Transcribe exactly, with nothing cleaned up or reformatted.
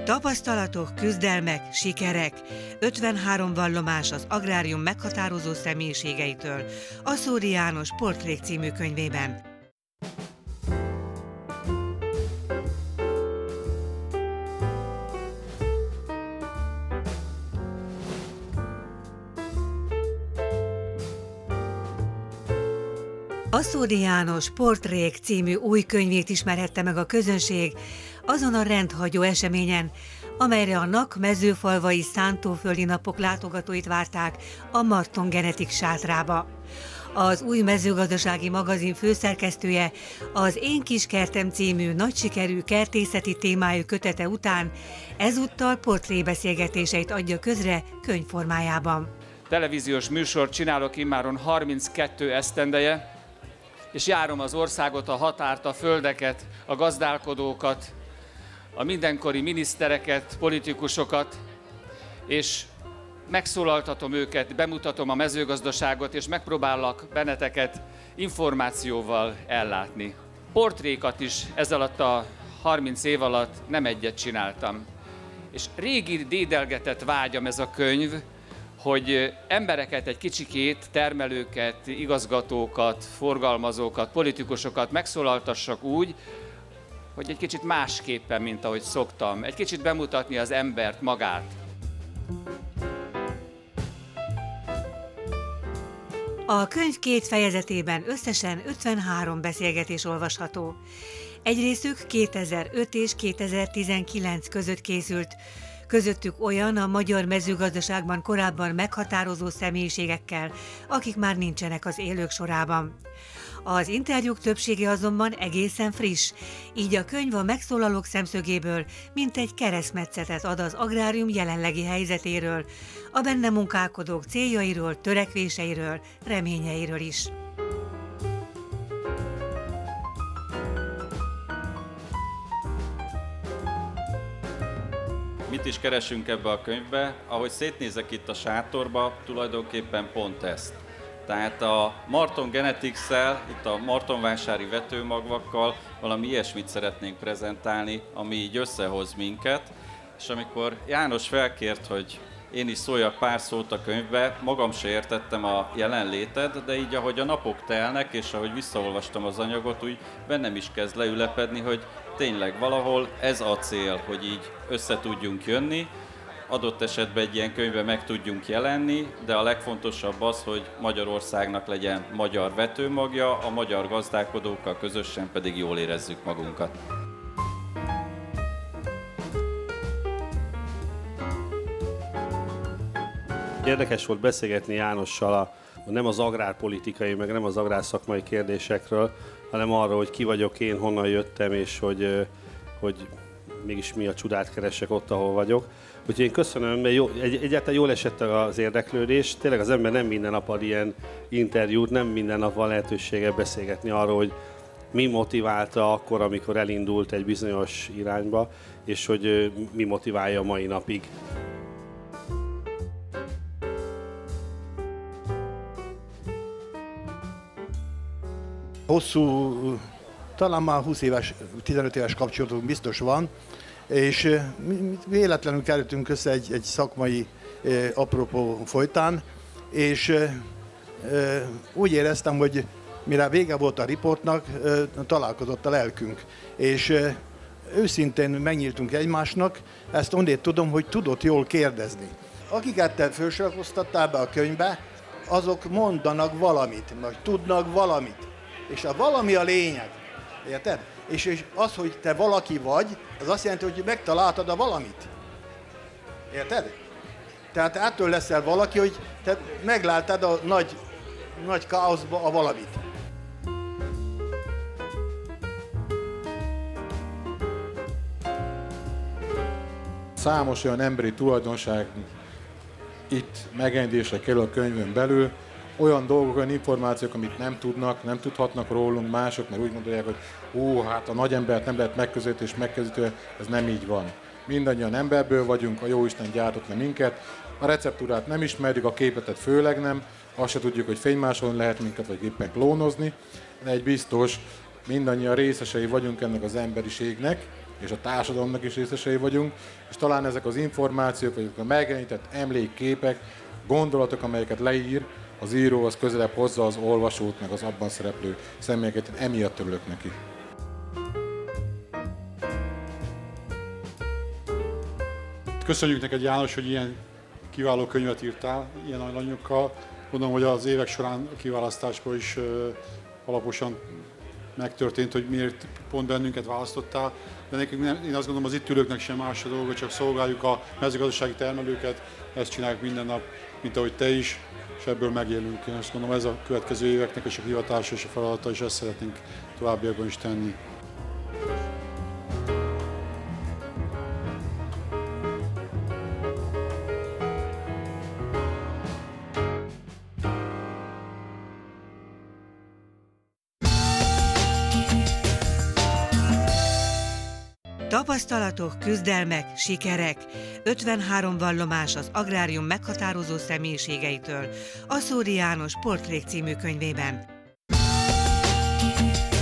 Tapasztalatok, küzdelmek, sikerek, ötvenhárom vallomás az agrárium meghatározó személyiségeitől Aszóri János Portrék című könyvében. Aszóri János Portrék című új könyvét ismerhette meg a közönség azon a rendhagyó eseményen, amelyre a NAK mezőfalvai szántóföldi napok látogatóit várták a Marton Genetik sátrába. Az új mezőgazdasági magazin főszerkesztője az Én kis kertem című nagy sikerű kertészeti témájú kötete után ezúttal portrébeszélgetéseit adja közre könyvformájában. Televíziós műsort csinálok immáron harminckettő esztendeje, és járom az országot, a határt, a földeket, a gazdálkodókat, a mindenkori minisztereket, politikusokat, és megszólaltatom őket, bemutatom a mezőgazdaságot, és megpróbálok benneteket információval ellátni. Portrékat is ez alatt a harminc év alatt nem egyet csináltam. És régi dédelgetett vágyam ez a könyv, hogy embereket egy kicsikét, termelőket, igazgatókat, forgalmazókat, politikusokat megszólaltassak úgy, hogy egy kicsit másképpen, mint ahogy szoktam. Egy kicsit bemutatni az embert, magát. A könyv két fejezetében összesen ötvenhárom beszélgetés olvasható. Egy részük kétezer-öt és kétezer-tizenkilenc között készült, közöttük olyan a magyar mezőgazdaságban korábban meghatározó személyiségekkel, akik már nincsenek az élők sorában. Az interjúk többsége azonban egészen friss, így a könyv a megszólalók szemszögéből mintegy keresztmetszetet ad az agrárium jelenlegi helyzetéről, a benne munkálkodók céljairól, törekvéseiről, reményeiről is. Mit is keresünk ebbe a könyvbe? Ahogy szétnézek itt a sátorba, tulajdonképpen pont ezt. Tehát a Marton Genetics-szel, itt a martonvásári vetőmagvakkal valami ilyesmit szeretnénk prezentálni, ami így összehoz minket. És amikor János felkért, hogy én is szóljak pár szót a könyvbe, magam se értettem a jelenléted, de így ahogy a napok telnek, és ahogy visszaolvastam az anyagot, úgy bennem is kezd leülepedni, hogy tényleg valahol ez a cél, hogy így össze tudjunk jönni, adott esetben egy ilyen könyvben meg tudjunk jelenni, de a legfontosabb az, hogy Magyarországnak legyen magyar vetőmagja, a magyar gazdálkodókkal közösen pedig jól érezzük magunkat. Érdekes volt beszélgetni Jánossal a, nem az agrárpolitikai, meg nem az agrárszakmai kérdésekről, hanem arról, hogy ki vagyok én, honnan jöttem, és hogy, hogy mégis mi a csodát keresek ott, ahol vagyok. Úgyhogy én köszönöm, mert jó, egy, egyáltalán jól esett az érdeklődés. Tényleg az ember nem minden nap ad ilyen interjút, nem minden nap van lehetősége beszélgetni arról, hogy mi motiválta akkor, amikor elindult egy bizonyos irányba, és hogy mi motiválja a mai napig. Hosszú, talán már húsz éves, tizenöt éves kapcsolatunk biztos van, és véletlenül kerültünk össze egy, egy szakmai eh, apropó folytán, és eh, úgy éreztem, hogy mire vége volt a riportnak, eh, találkozott a lelkünk, és eh, őszintén megnyíltunk egymásnak, ezt onnét tudom, hogy tudott jól kérdezni. Akiket te felsorakoztattál be a könyvbe, azok mondanak valamit, vagy tudnak valamit. És a valami a lényeg, érted? És, és az, hogy te valaki vagy, az azt jelenti, hogy megtaláltad a valamit. Érted? Tehát ettől leszel valaki, hogy te megláttad a nagy, nagy káoszba a valamit. Számos olyan emberi tulajdonság itt megemlítésre kerül a könyvön belül, olyan dolgok, olyan információk, amit nem tudnak, nem tudhatnak rólunk mások, mert úgy gondolják, hogy ó, hát a nagy embert nem lehet megközelíteni és megközelíteni, ez nem így van. Mindannyian emberből vagyunk, a Jóisten gyártott le minket, a receptúrát nem ismerjük, a képletet főleg nem, azt se tudjuk, hogy fénymásolni lehet minket, vagy éppen klónozni, de egy biztos, mindannyian részesei vagyunk ennek az emberiségnek, és a társadalomnak is részesei vagyunk, és talán ezek az információk, vagy a megjelenített emlékképek, gondolatok, amelyeket leír, az író az közelebb hozza az olvasót, meg az abban szereplő személyeket, emiatt örülök neki. Köszönjük neked, János, hogy ilyen kiváló könyvet írtál, ilyen alanyokkal. Gondolom, hogy az évek során a kiválasztásból is alaposan megtörtént, hogy miért pont bennünket választottál, de nekünk nem, én azt gondolom, az itt ülőknek sem más a dolga, csak szolgáljuk a mezőgazdasági termelőket, ezt csináljuk minden nap, mint ahogy te is, és ebből megélünk. Én azt gondolom, ez a következő éveknek és a hivatása és a feladata, és ezt szeretnénk továbbiakban is tenni. Tapasztalatok, küzdelmek, sikerek, ötvenhárom vallomás az agrárium meghatározó személyiségeitől, a Szóri János Portrék című könyvében.